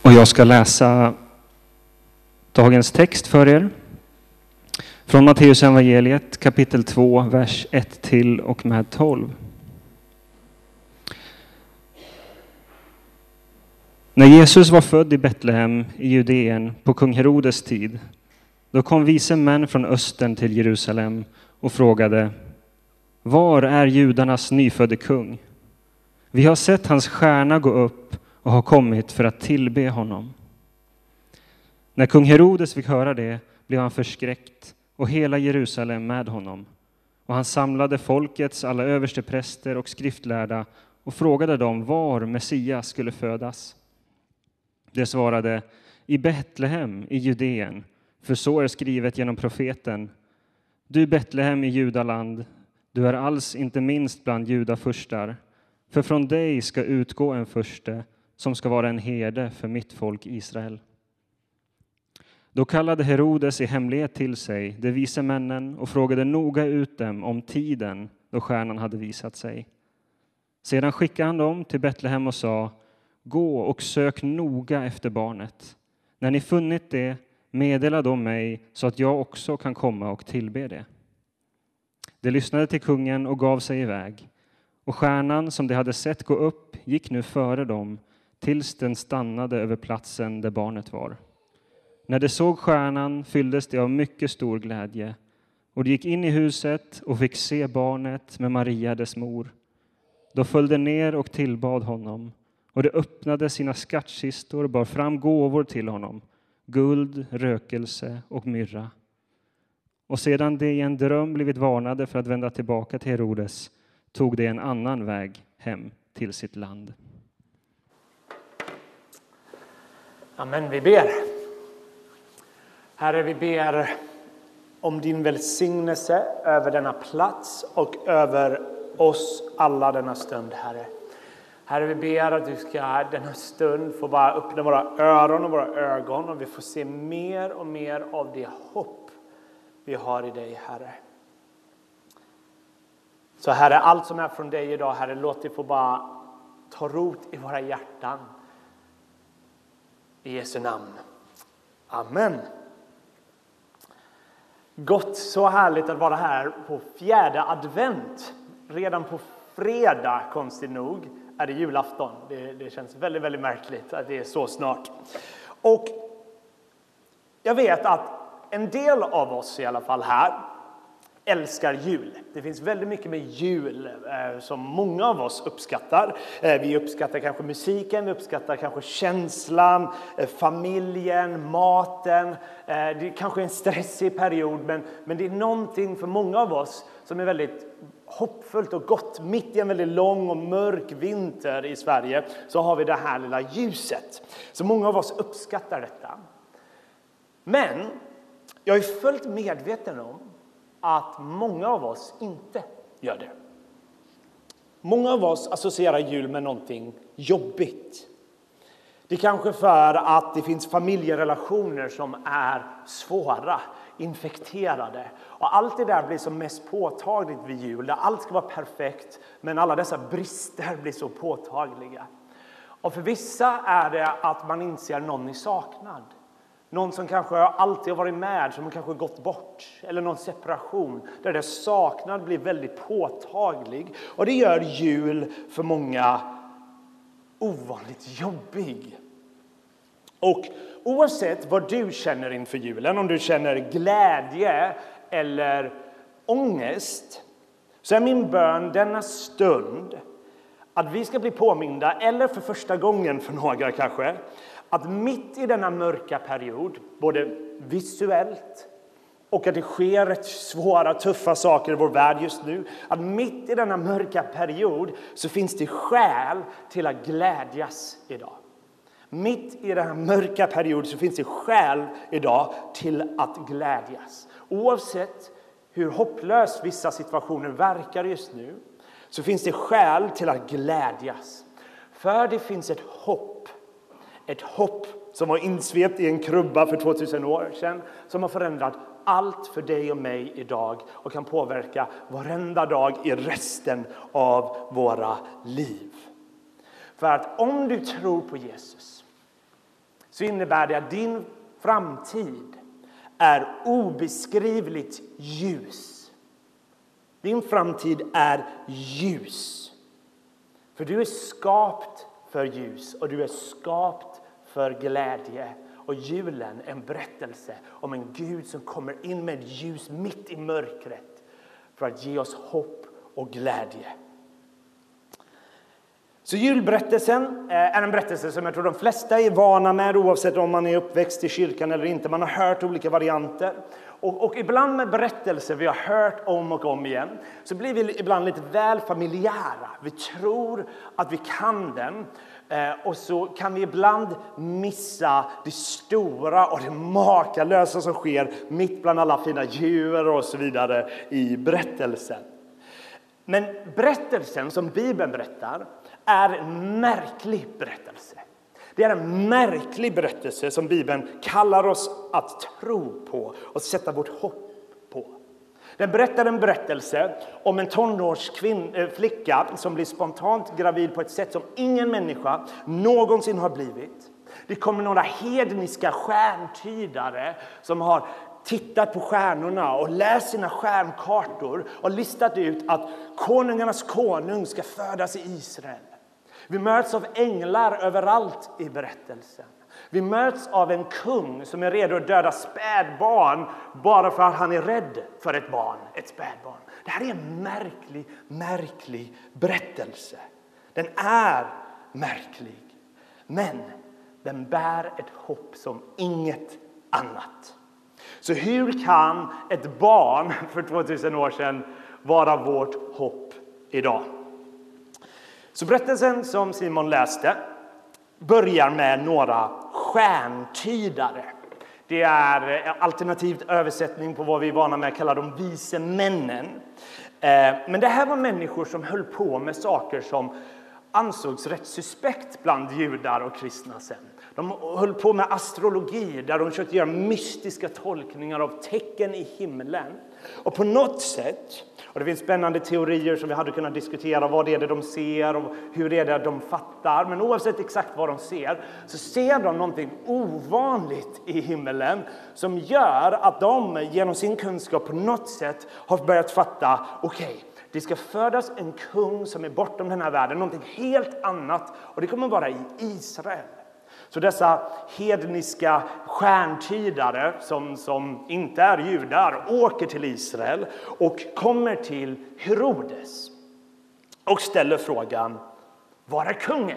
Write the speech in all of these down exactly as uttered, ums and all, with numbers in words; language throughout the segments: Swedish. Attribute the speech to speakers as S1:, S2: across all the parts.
S1: Och jag ska läsa dagens text för er. Från Matteus evangeliet kapitel två, vers ett till och med tolv. När Jesus var född i Betlehem i Judeen på kung Herodes tid, då kom vise män från östern till Jerusalem och frågade: var är judarnas nyfödde kung? Vi har sett hans stjärna gå upp och har kommit för att tillbe honom. När kung Herodes fick höra det blev han förskräckt och hela Jerusalem med honom. Och han samlade folkets alla överstepräster och skriftlärda och frågade dem var Messias skulle födas. Det svarade: i Betlehem i Judeen, för så är skrivet genom profeten: du Betlehem i Judaland, du är alls inte minst bland judafurstar, för från dig ska utgå en furste som ska vara en herde för mitt folk Israel. Då kallade Herodes i hemlighet till sig de vise männen och frågade noga ut dem om tiden då stjärnan hade visat sig. Sedan skickade han dem till Betlehem och sa: gå och sök noga efter barnet. När ni funnit det, meddela då mig så att jag också kan komma och tillbe det. De lyssnade till kungen och gav sig iväg. Och stjärnan som de hade sett gå upp gick nu före dem tills den stannade över platsen där barnet var. När de såg stjärnan fylldes de av mycket stor glädje. Och de gick in i huset och fick se barnet med Maria dess mor. Då följde ner och tillbad honom. Och de öppnade sina skattkistor och bar fram gåvor till honom: guld, rökelse och myrra. Och sedan de i en dröm blivit varnade för att vända tillbaka till Herodes, tog de en annan väg hem till sitt land.
S2: Amen, vi ber. Herre, vi ber om din välsignelse över denna plats och över oss alla denna stund, Herre. Herre, vi ber att du ska denna stund få bara öppna våra öron och våra ögon och vi får se mer och mer av det hopp vi har i dig, Herre. Så Herre, allt som är från dig idag, Herre, låt det få bara ta rot i våra hjärtan. I Jesu namn. Amen. Gott, så härligt att vara här på fjärde advent. Redan på fredag, konstigt nog, är det julafton. Det, det känns väldigt, väldigt märkligt att det är så snart. Och jag vet att en del av oss i alla fall här älskar jul. Det finns väldigt mycket med jul eh, som många av oss uppskattar. Eh, vi uppskattar kanske musiken, vi uppskattar kanske känslan, eh, familjen, maten. Eh, det är kanske en stressig period, men, men det är någonting för många av oss som är väldigt hoppfullt och gott. Mitt i en väldigt lång och mörk vinter i Sverige så har vi det här lilla ljuset. Så många av oss uppskattar detta. Men jag är fullt medveten om att många av oss inte gör det. Många av oss associerar jul med någonting jobbigt. Det är kanske för att det finns familjerelationer som är svåra, infekterade. Och allt det där blir som mest påtagligt vid jul. Där allt ska vara perfekt, men alla dessa brister blir så påtagliga. Och för vissa är det att man inser någon i saknad. Någon som kanske alltid har varit med, som kanske gått bort. Eller någon separation där det saknad blir väldigt påtaglig. Och det gör jul för många ovanligt jobbig. Och oavsett vad du känner inför julen, om du känner glädje eller ångest, så är min bön denna stund att vi ska bli påminda, eller för första gången för några kanske, att mitt i denna mörka period, både visuellt och att det sker rätt svåra, tuffa saker i vår värld just nu, att mitt i denna mörka period så finns det skäl till att glädjas idag. Mitt i den här mörka perioden så finns det skäl idag till att glädjas. Oavsett hur hopplös vissa situationer verkar just nu så finns det skäl till att glädjas. För det finns ett hopp. Ett hopp som var insvept i en krubba för tvåtusen år sedan. Som har förändrat allt för dig och mig idag. Och kan påverka varenda dag i resten av våra liv. För att om du tror på Jesus. så innebär det att din framtid är obeskrivligt ljus. Din framtid är ljus. För du är skapt för ljus och du är skapt för glädje. Och julen är en berättelse om en Gud som kommer in med ljus mitt i mörkret för att ge oss hopp och glädje. Så julberättelsen är en berättelse som jag tror de flesta är vana med, oavsett om man är uppväxt i kyrkan eller inte. Man har hört olika varianter. Och, och ibland med berättelser vi har hört om och om igen så blir vi ibland lite väl familjära. Vi tror att vi kan den. Eh, och så kan vi ibland missa det stora och det makalösa som sker mitt bland alla fina djur och så vidare i berättelsen. Men berättelsen som Bibeln berättar är en märklig berättelse. Det är en märklig berättelse som Bibeln kallar oss att tro på och sätta vårt hopp på. Den berättar en berättelse om en tonårsflicka som blir spontant gravid på ett sätt som ingen människa någonsin har blivit. Det kommer några hedniska stjärntydare som har tittat på stjärnorna och läst sina stjärnkartor och listat ut att konungarnas konung ska födas i Israel. Vi möts av änglar överallt i berättelsen. Vi möts av en kung som är redo att döda spädbarn bara för att han är rädd för ett barn, ett spädbarn. Det här är en märklig, märklig berättelse. Den är märklig, men den bär ett hopp som inget annat. Så hur kan ett barn för tvåtusen år sedan vara vårt hopp idag? Så berättelsen som Simon läste börjar med några stjärntydare. Det är alternativt översättning på vad vi är vana med att kalla de vise männen. Men det här var människor som höll på med saker som ansågs rätt suspekt bland judar och kristna sen. De höll på med astrologi där de försökte göra mystiska tolkningar av tecken i himlen. Och på något sätt, och det finns spännande teorier som vi hade kunnat diskutera, vad det är det de ser och hur det är det de fattar. Men oavsett exakt vad de ser så ser de någonting ovanligt i himlen som gör att de genom sin kunskap på något sätt har börjat fatta, okej, okay, det ska födas en kung som är bortom den här världen, någonting helt annat, och det kommer vara i Israel. Så dessa hedniska stjärntydare som, som inte är judar åker till Israel och kommer till Herodes och ställer frågan, var är kungen?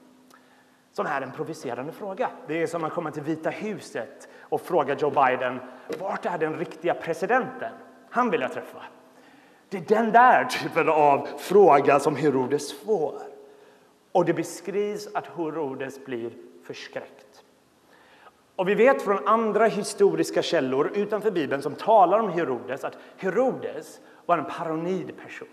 S2: Som är en provocerande fråga. Det är som att komma till Vita huset och fråga Joe Biden, vart är den riktiga presidenten? Han vill jag träffa. Det är den där typen av fråga som Herodes får. Och det beskrivs att Herodes blir förskräckt. Och vi vet från andra historiska källor utanför Bibeln som talar om Herodes att Herodes var en paranoid person.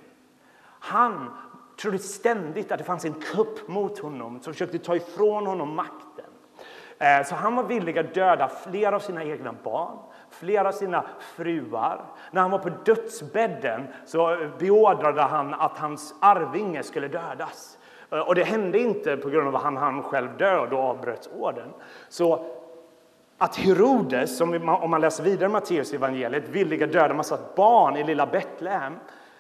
S2: Han trodde ständigt att det fanns en kupp mot honom som försökte ta ifrån honom makten. Så han var villig att döda flera av sina egna barn, flera av sina fruar. När han var på dödsbädden så beordrade han att hans arvinge skulle dödas. Och det hände inte på grund av att han, han själv död och avbröts orden. Så att Herodes, som om man läser vidare Matteus evangeliet, villiga döda massa barn i lilla Betlehem.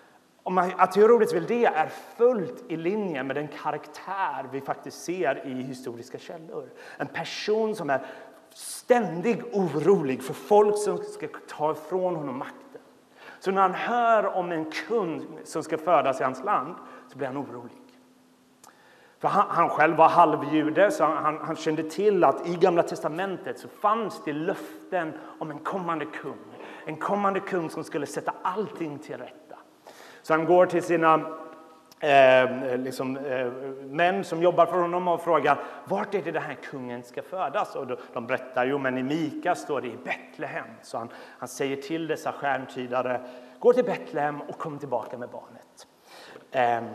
S2: Att Herodes vill det är fullt i linje med den karaktär vi faktiskt ser i historiska källor. En person som är ständigt orolig för folk som ska ta ifrån honom makten. Så när han hör om en kung som ska födas i hans land så blir han orolig. För han, han själv var halvjude, så han, han kände till att i Gamla testamentet så fanns det löften om en kommande kung. En kommande kung som skulle sätta allting till rätta. Så han går till sina eh, liksom, eh, män som jobbar för honom och frågar, vart är det den här kungen ska födas? Och då, de berättar, jo men i Mika står det i Betlehem. Så han, han säger till dessa stjärntydare, gå till Betlehem och kom tillbaka med barnet. Eh,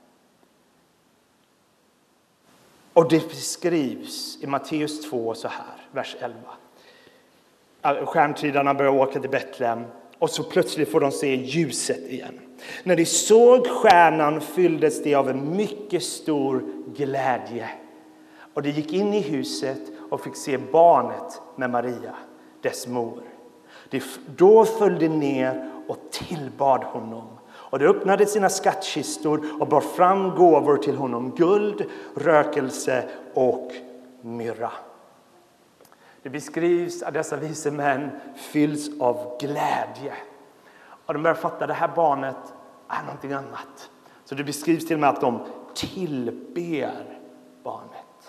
S2: Och det beskrivs i Matteus två så här, vers elva. Stjärntydarna börjar åka till Betlehem och så plötsligt får de se ljuset igen. När de såg stjärnan fylldes de av en mycket stor glädje. Och de gick in i huset och fick se barnet med Maria, dess mor. De då följde ner och tillbad honom. Och de öppnade sina skattkistor och bar fram gåvor till honom, guld, rökelse och myrra. Det beskrivs att dessa vise män fylls av glädje. Och de börjar fatta att det här barnet är någonting annat. Så det beskrivs till och med att de tillber barnet.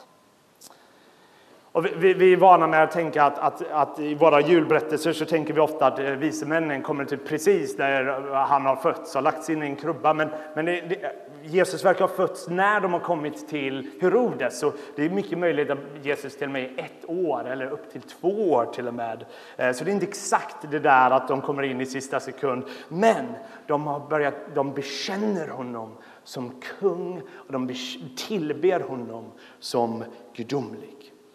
S2: Och vi, vi är vana med att tänka att, att, att i våra julberättelser så tänker vi ofta att vise männen kommer till precis där han har fötts och lagts in i en krubba. Men, men det, det, Jesus verkar ha fötts när de har kommit till Herodes. Så det är mycket möjligt att Jesus till och med är ett år eller upp till två år till och med. Så det är inte exakt det där att de kommer in i sista sekund. Men de har börjat, de bekänner honom som kung och de tillber honom som gudomlig.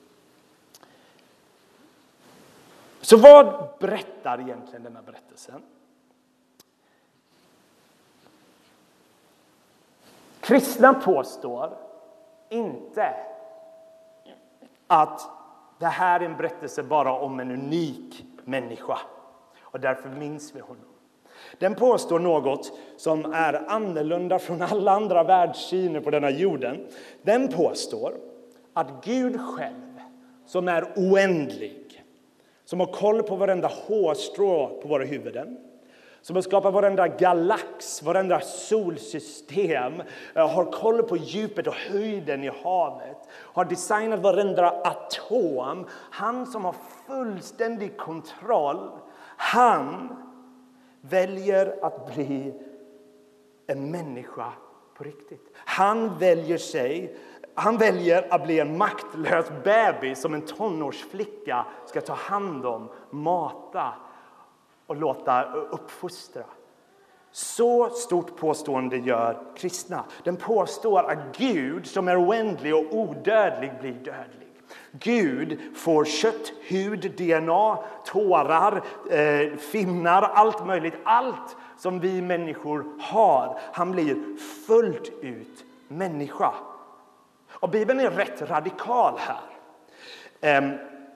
S2: Så vad berättar egentligen denna berättelsen? Kristna påstår inte att det här är en berättelse bara om en unik människa. Och därför minns vi honom. Den påstår något som är annorlunda från alla andra världssyner på denna jorden. Den påstår att Gud själv, som är oändlig, som har koll på varenda hårstrå på våra huvuden, som har skapat varenda galax, varenda solsystem, har koll på djupet och höjden i havet, har designat varenda atom. Han som har fullständig kontroll, han väljer att bli en människa på riktigt. Han väljer sig Han väljer att bli en maktlös bebis som en tonårsflicka ska ta hand om, mata och låta uppfostra. Så stort påstående gör kristna. Den påstår att Gud som är oändlig och odödlig blir dödlig. Gud får kött, hud, D N A, tårar, eh, finnar, allt möjligt. Allt som vi människor har. Han blir fullt ut människa. Och Bibeln är rätt radikal här. Ehm,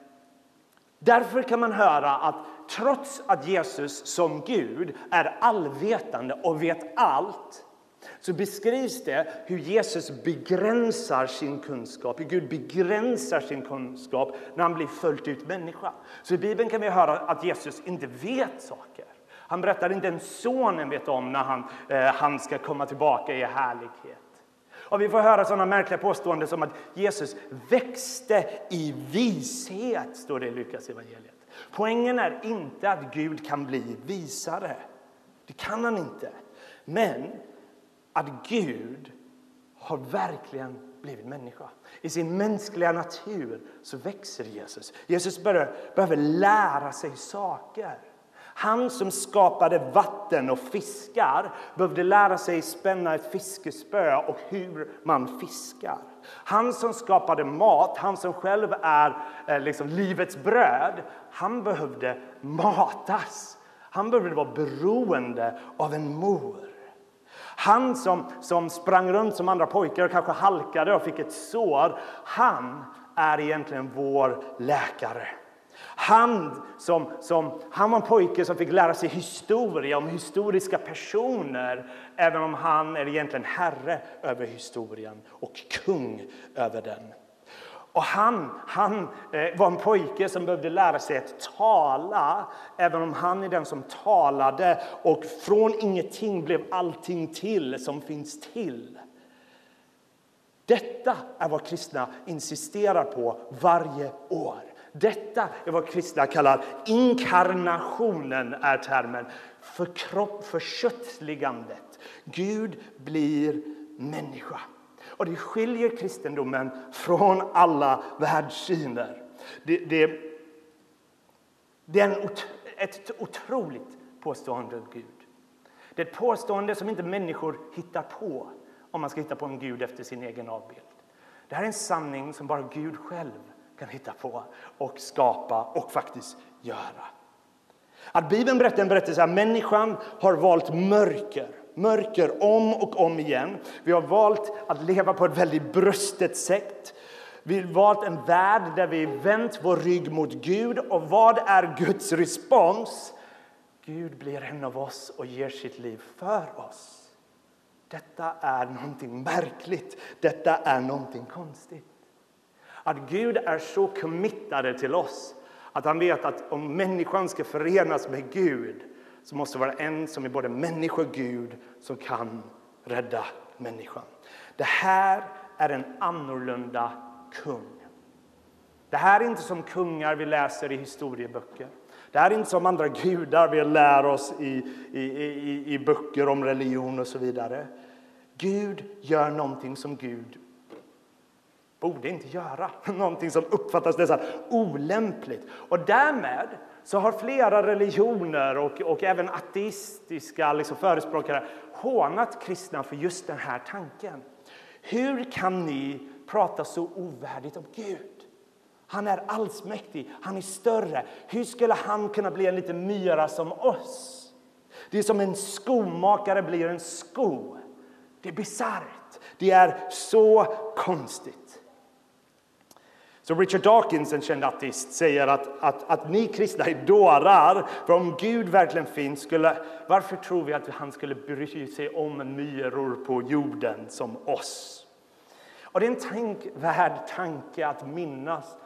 S2: därför kan man höra att trots att Jesus som Gud är allvetande och vet allt, så beskrivs det hur Jesus begränsar sin kunskap. Hur Gud begränsar sin kunskap när han blir fullt ut människa. Så i Bibeln kan vi höra att Jesus inte vet saker. Han berättar inte en sonen vet om när han, eh, han ska komma tillbaka i härlighet. Och vi får höra sådana märkliga påståenden som att Jesus växte i vishet, står det i Lukas evangeliet. Poängen är inte att Gud kan bli visare. Det kan han inte. Men att Gud har verkligen blivit människa. I sin mänskliga natur så växer Jesus. Jesus behöver, behöver lära sig saker. Han som skapade vatten och fiskar behövde lära sig spänna ett fiskespö och hur man fiskar. Han som skapade mat, han som själv är eh, liksom livets bröd, han behövde matas. Han behövde vara beroende av en mor. Han som, som sprang runt som andra pojkar och kanske halkade och fick ett sår, han är egentligen vår läkare. Han, som, som, han var en pojke som fick lära sig historia om historiska personer, även om han är egentligen herre över historien och kung över den. Och han, han eh, var en pojke som behövde lära sig att tala, även om han är den som talade och från ingenting blev allting till som finns till. Detta är vad kristna insisterar på varje år. Detta är vad kristna kallar inkarnationen, är termen för kropp, för köttligandet. Gud blir människa. Och det skiljer kristendomen från alla världssyner. Det, det, det är en, ett otroligt påstående av Gud. Det är ett påstående som inte människor hittar på, om man ska hitta på en Gud efter sin egen avbild. Det här är en sanning som bara Gud själv kan hitta på och skapa och faktiskt göra. Att Bibeln berättar en berättelse att människan har valt mörker. Mörker om och om igen. Vi har valt att leva på ett väldigt bröstet sätt. Vi har valt en värld där vi vänt vår rygg mot Gud. Och vad är Guds respons? Gud blir en av oss och ger sitt liv för oss. Detta är någonting märkligt. Detta är någonting konstigt. Att Gud är så committade till oss att han vet att om människan ska förenas med Gud så måste det vara en som är både människa och Gud som kan rädda människan. Det här är en annorlunda kung. Det här är inte som kungar vi läser i historieböcker. Det här är inte som andra gudar vi lär oss i, i, i, i böcker om religion och så vidare. Gud gör någonting som Gud borde inte göra. Någonting som uppfattas nästan olämpligt. Och därmed så har flera religioner och, och även ateistiska liksom förespråkare hånat kristna för just den här tanken. Hur kan ni prata så ovärdigt om Gud? Han är allsmäktig, han är större. Hur skulle han kunna bli en liten myra som oss? Det är som en skomakare blir en sko. Det är bizarrt. Det är så konstigt. Så Richard Dawkins, en känd ateist, säger att, att, att ni kristna är dårar. För om Gud verkligen finns, skulle, varför tror vi att han skulle bry sig om myror på jorden som oss? Och det är en tänkvärd tanke att minnas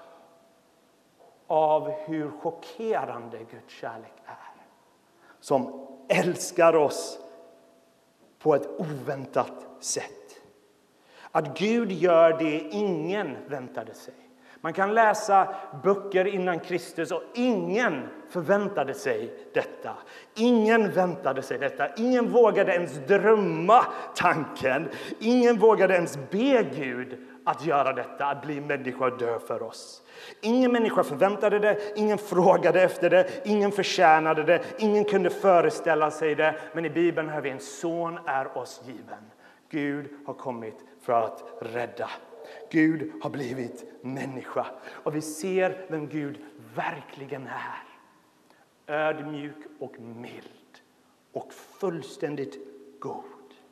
S2: av hur chockerande Guds kärlek är. Som älskar oss på ett oväntat sätt. Att Gud gör det ingen väntade sig. Man kan läsa böcker innan Kristus och ingen förväntade sig detta. Ingen väntade sig detta. Ingen vågade ens drömma tanken. Ingen vågade ens be Gud att göra detta, att bli människa och dö för oss. Ingen människa förväntade det, ingen frågade efter det, ingen förtjänade det, ingen kunde föreställa sig det. Men i Bibeln hör vi en son är oss given. Gud har kommit för att rädda. Gud har blivit människa. Och vi ser vem Gud verkligen är. Ödmjuk och mild. Och fullständigt god.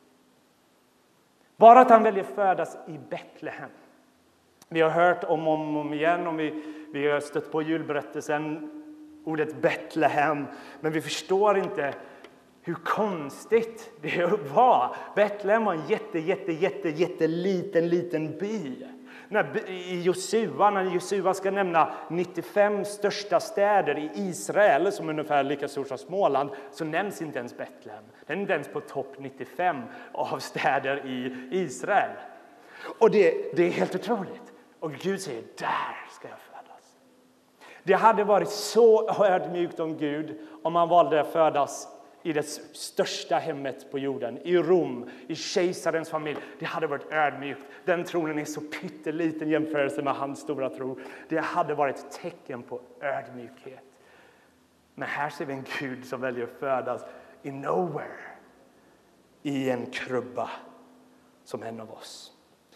S2: Bara att han väljer födas i Betlehem. Vi har hört om och om, om igen. Om vi, vi har stött på julberättelsen. Ordet Betlehem. Men vi förstår inte hur konstigt det var. Betlehem var en jätte, jätte, jätte, jätteliten, liten by. När, I Josua, när Josua ska nämna nittiofem största städer i Israel, som är ungefär lika stor som Småland, så nämns inte ens Betlehem. Den är inte ens på topp nittiofem av städer i Israel. Och det, det är helt otroligt. Och Gud säger, där ska jag födas. Det hade varit så ödmjukt om Gud om man valde att födas i det största hemmet på jorden, i Rom, i kejsarens familj. Det hade varit ödmjukt. Den tronen är så pytteliten jämförelse med hans stora tro. Det hade varit ett tecken på ödmjukhet. Men här ser vi en Gud som väljer att födas i nowhere. I en krubba som en av oss.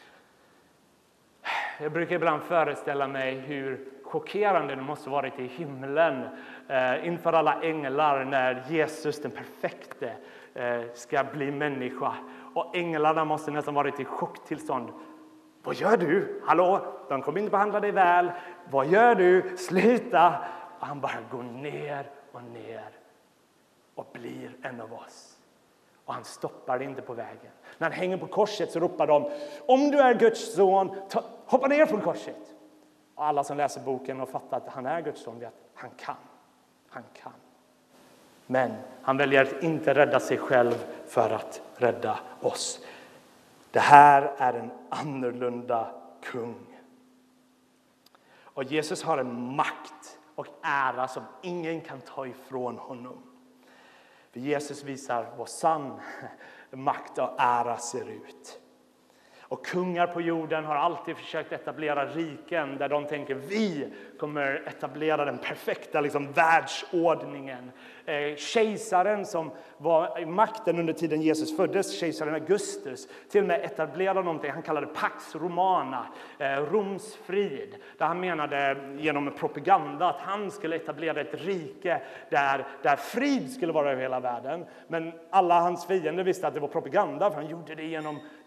S2: Jag brukar ibland föreställa mig hur chockerande det måste varit i himlen eh, inför alla änglar när Jesus, den perfekte, eh, ska bli människa. Och änglarna måste nästan varit i chocktillstånd. Vad gör du? Hallå, de kommer inte behandla dig väl. Vad gör du? Sluta! Och han bara går ner och ner och blir en av oss. Och han stoppar det inte på vägen. När han hänger på korset så ropar de, om du är Guds son, ta, hoppa ner från korset. Och alla som läser boken och fattar att han är Guds son vet att han kan. Han kan. Men han väljer att inte rädda sig själv för att rädda oss. Det här är en annorlunda kung. Och Jesus har en makt och ära som ingen kan ta ifrån honom. För Jesus visar vad sann makt och ära ser ut. Och kungar på jorden har alltid försökt etablera riken där de tänker vi kommer etablera den perfekta liksom, världsordningen. Eh, kejsaren som var i makten under tiden Jesus föddes, kejsaren Augustus, till och med etablerade någonting han kallade Pax Romana, eh, Roms frid. Där han menade genom propaganda att han skulle etablera ett rike där, där frid skulle vara över hela världen. Men alla hans fiender visste att det var propaganda för han gjorde det genom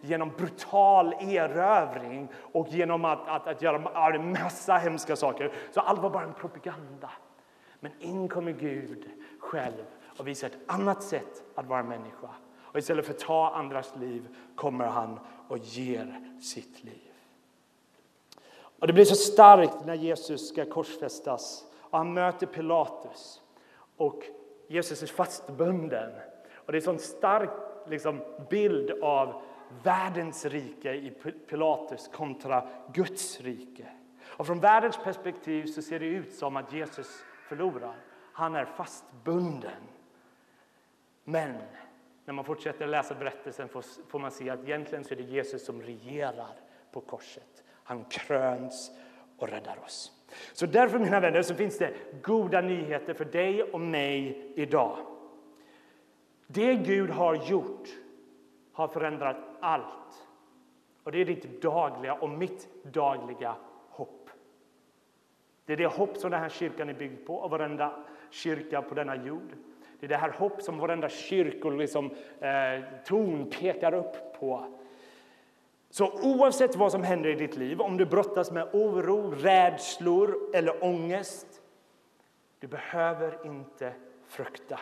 S2: genom brutal erövring och genom att, att, att göra en massa hemska saker. Så allt var bara en propaganda. Men in kommer Gud själv och visar ett annat sätt att vara människa. Och istället för att ta andras liv kommer han och ger sitt liv. Och det blir så starkt när Jesus ska korsfästas. Och han möter Pilatus. Och Jesus är fastbunden. Och det är en sån stark liksom, bild av världens rike i Pilatus kontra Guds rike. Och från världens perspektiv så ser det ut som att Jesus förlorar. Han är fastbunden. Men när man fortsätter läsa berättelsen får, får man se att egentligen så är det Jesus som regerar på korset. Han kröns och räddar oss. Så därför, mina vänner, så finns det goda nyheter för dig och mig idag. Det Gud har gjort har förändrat allt. Och det är ditt dagliga och mitt dagliga hopp. Det är det hopp som den här kyrkan är byggd på, och varenda kyrka på denna jord. Det är det här hopp som varenda kyrkor liksom, eh, ton pekar upp på. Så oavsett vad som händer i ditt liv, om du brottas med oro, rädslor eller ångest, du behöver inte frukta.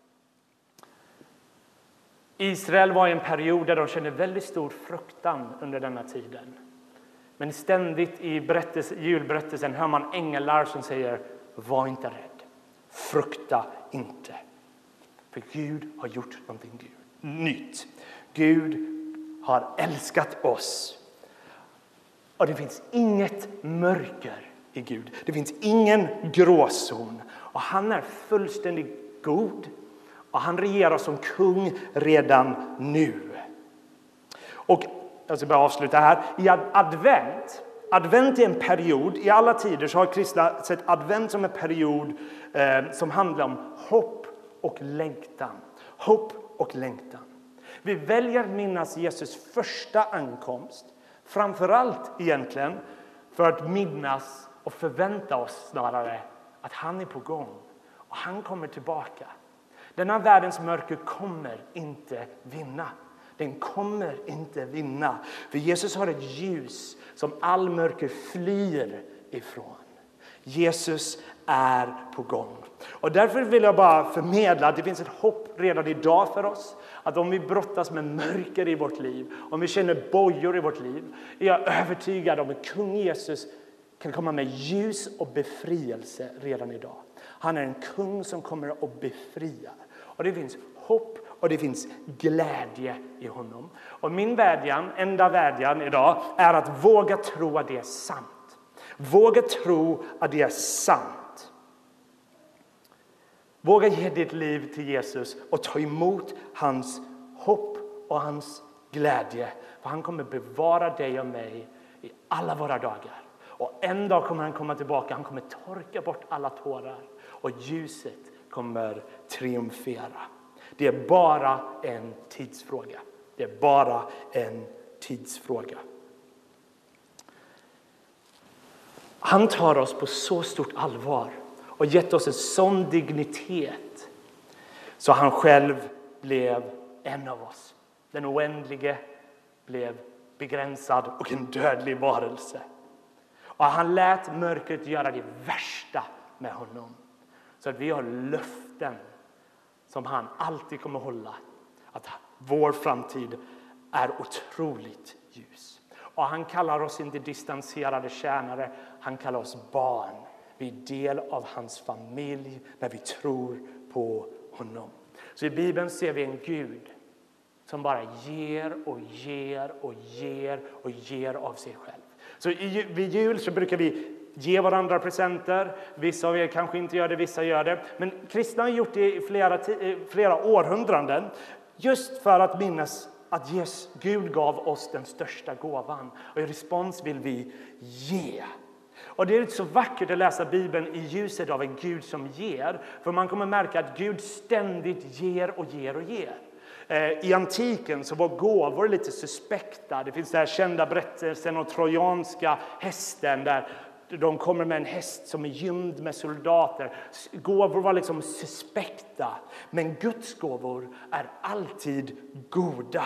S2: Israel var i en period där de kände väldigt stor fruktan under denna tiden. Men ständigt i berättelse, julberättelsen hör man änglar som säger: var inte rädd, frukta inte. För Gud har gjort någonting nytt. Gud har älskat oss. Och det finns inget mörker i Gud. Det finns ingen gråzon. Och han är fullständigt god. Och han regerar som kung redan nu. Och jag ska bara avsluta här. I advent, advent är en period. I alla tider så har kristna sett advent som en period eh, som handlar om hopp och längtan. Hopp och längtan. Vi väljer att minnas Jesus första ankomst. Framförallt egentligen för att minnas och förvänta oss snarare att han är på gång. Och han kommer tillbaka. Denna världens mörker kommer inte vinna. Den kommer inte vinna. För Jesus har ett ljus som all mörker flyr ifrån. Jesus är på gång. Och därför vill jag bara förmedla att det finns ett hopp redan idag för oss. Att om vi brottas med mörker i vårt liv, om vi känner bojor i vårt liv, är jag övertygad om att kung Jesus kan komma med ljus och befrielse redan idag. Han är en kung som kommer att befria. Och det finns hopp och det finns glädje i honom. Och min vädjan, enda vädjan idag, är att våga tro att det är sant. Våga tro att det är sant. Våga ge ditt liv till Jesus och ta emot hans hopp och hans glädje. För han kommer bevara dig och mig i alla våra dagar. Och en dag kommer han komma tillbaka. Han kommer torka bort alla tårar. Och ljuset kommer triumfera. Det är bara en tidsfråga. Det är bara en tidsfråga. Han tar oss på så stort allvar och gett oss en sån dignitet så han själv blev en av oss. Den oändlige blev begränsad och en dödlig varelse. Och han lät mörkret göra det värsta med honom. Så att vi har löften som han alltid kommer hålla. Att vår framtid är otroligt ljus. Och han kallar oss inte distanserade tjänare. Han kallar oss barn. Vi är del av hans familj när vi tror på honom. Så i Bibeln ser vi en Gud som bara ger och ger och ger och ger av sig själv. Så i, vid jul så brukar vi ge varandra presenter. Vissa av er kanske inte gör det, vissa gör det. Men kristna har gjort det i flera, flera århundraden. Just för att minnas att Jesus, Gud gav oss den största gåvan. Och i respons vill vi ge. Och det är så vackert att läsa Bibeln i ljuset av en Gud som ger. För man kommer märka att Gud ständigt ger och ger och ger. I antiken så var gåvor lite suspekta. Det finns den här kända berättelsen om trojanska hästen där de kommer med en häst som är gömd med soldater. Gåvor var liksom suspekta. Men Guds gåvor är alltid goda.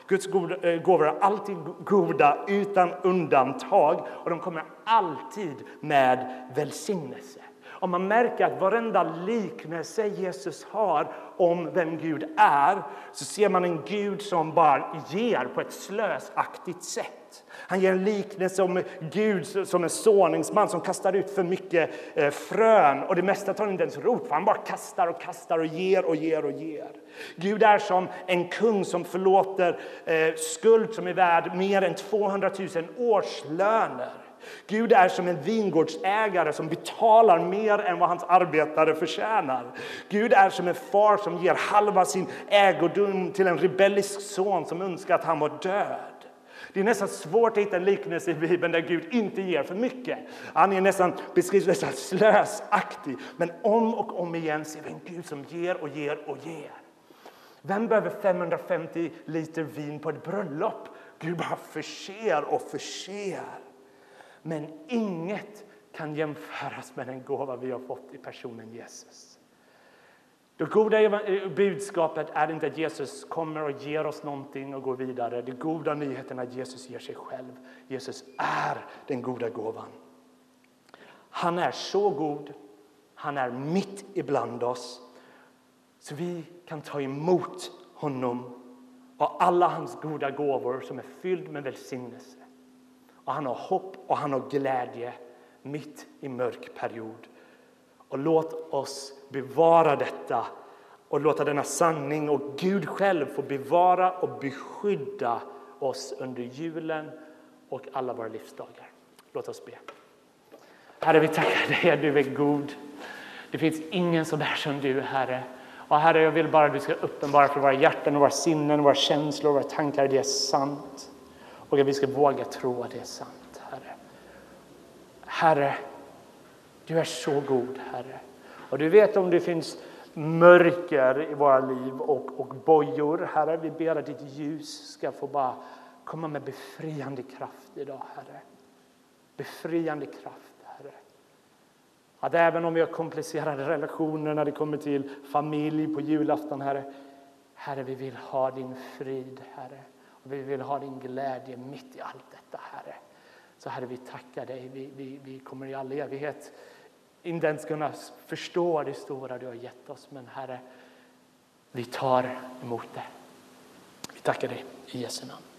S2: Guds goda, gåvor är alltid goda utan undantag och de kommer alltid med välsignelse. Om man märker att varenda liknelse Jesus har om vem Gud är, så ser man en Gud som bara ger på ett slösaktigt sätt. Han ger en liknelse om Gud som en såningsman som kastar ut för mycket eh, frön. Och det mesta tar inte ens rot, för han bara kastar och kastar och ger och ger och ger. Gud är som en kung som förlåter eh, skuld som är värd mer än tvåhundratusen årslöner. Gud är som en vingårdsägare som betalar mer än vad hans arbetare förtjänar. Gud är som en far som ger halva sin ägodom till en rebellisk son som önskar att han var död. Det är nästan svårt att hitta en liknelse i Bibeln där Gud inte ger för mycket. Han är nästan beskrivs nästan slösaktig. Men om och om igen ser vi en Gud som ger och ger och ger. Vem behöver femhundrafemtio liter vin på ett bröllop? Gud bara förser och förser. Men inget kan jämföras med den gåva vi har fått i personen Jesus. Det goda budskapet är inte att Jesus kommer och ger oss någonting och går vidare. Det goda nyheten är att Jesus ger sig själv. Jesus är den goda gåvan. Han är så god. Han är mitt ibland oss. Så vi kan ta emot honom och alla hans goda gåvor som är fylld med välsignelse. Och han har hopp och han har glädje mitt i mörk period. Och låt oss bevara detta och låta denna sanning och Gud själv få bevara och beskydda oss under julen och alla våra livsdagar. Låt oss be. Herre, vi tackar dig att du är god. Det finns ingen så där som du, Herre. Och Herre, jag vill bara att du ska uppenbara för våra hjärtan och våra sinnen, våra känslor och våra tankar. Det är sant. Och att vi ska våga tro att det är sant, Herre. Herre, du är så god, Herre. Och du vet om det finns mörker i våra liv och, och bojor, Herre. Vi ber att ditt ljus ska få bara komma med befriande kraft idag, Herre. Befriande kraft, Herre. Att även om vi har komplicerade relationer när det kommer till familj på julafton, Herre. Herre, vi vill ha din frid, Herre. Och vi vill ha din glädje mitt i allt detta, Herre. Så Herre, vi tackar dig. Vi, vi, vi kommer i all evighet inte ens kunna förstå det stora du har gett oss. Men Herre, vi tar emot det. Vi tackar dig i Jesu namn.